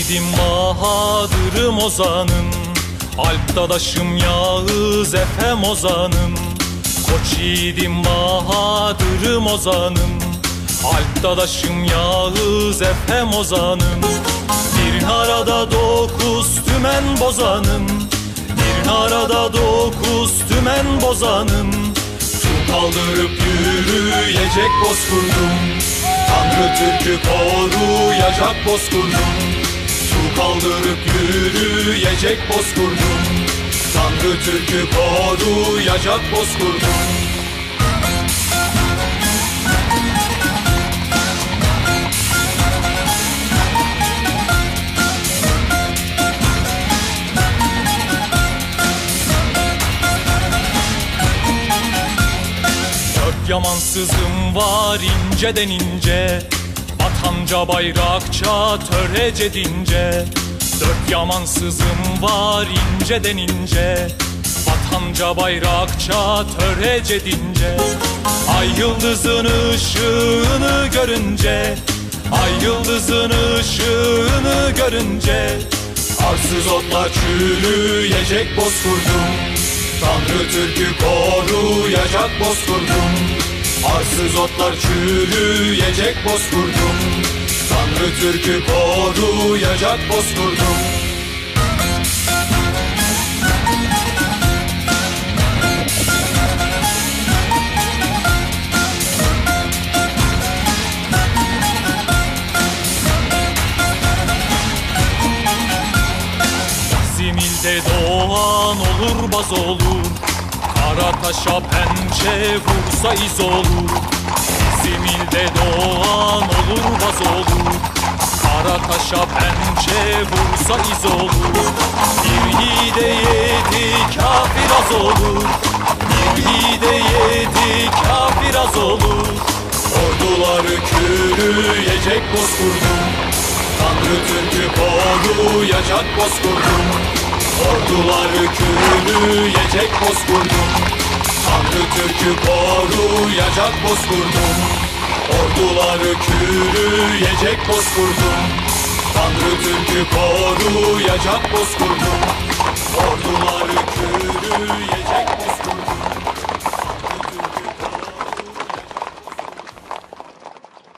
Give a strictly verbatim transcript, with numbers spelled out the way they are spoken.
yiğidim Bahadır'ım Ozan'ım, Alp dadaşım Yağız Efem Ozan'ım. Koç yiğidim Bahadır'ım Ozan'ım, Alp dadaşım Yağız Efem Ozan'ım. Bir arada dokuz tümen bozanım, bir arada dokuz tümen bozanım. Su kaldırıp yürüyecek bozkurdum, Tanrı Türk'ü koruyacak bozkurdum. Su kaldırıp yürüyecek bozkurdum, Tanrı Türk'ü koruyacak bozkurdum. Dört yamansızım var inceden ince, vatanca bayrakça törece dince. Dört yamansızım var inceden ince, vatanca bayrakça törece dince. Ay yıldızın ışığını görünce, ay yıldızın ışığını görünce, arsız otlar çürüyecek bozkurdum, Tanrı Türk'ü koruyacak bozkurdum. Arsız otlar çürüyecek bozkurdum, Tanrı Türk'ü koruyacak bozkurdum. Zimilde doğan olur baz olur, Karataş'a pençe vursa iz olur. Zimilde doğan olur baz olur, Karataş'a pençe vursa iz olur. Bir yiğide yedi kafir az olur, bir yiğide yedi kafir az olur. Orduları kürüyecek bozkurdum, Tanrı Türk'ü koruyacak bozkurdum. Orduları kürüyecek bozkurdum, Tanrı Türk'ü koruyacak bozkurdum. Orduları kürüyecek bozkurdum, Tanrı Türk'ü koruyacak bozkurdum. Orduları kürüyecek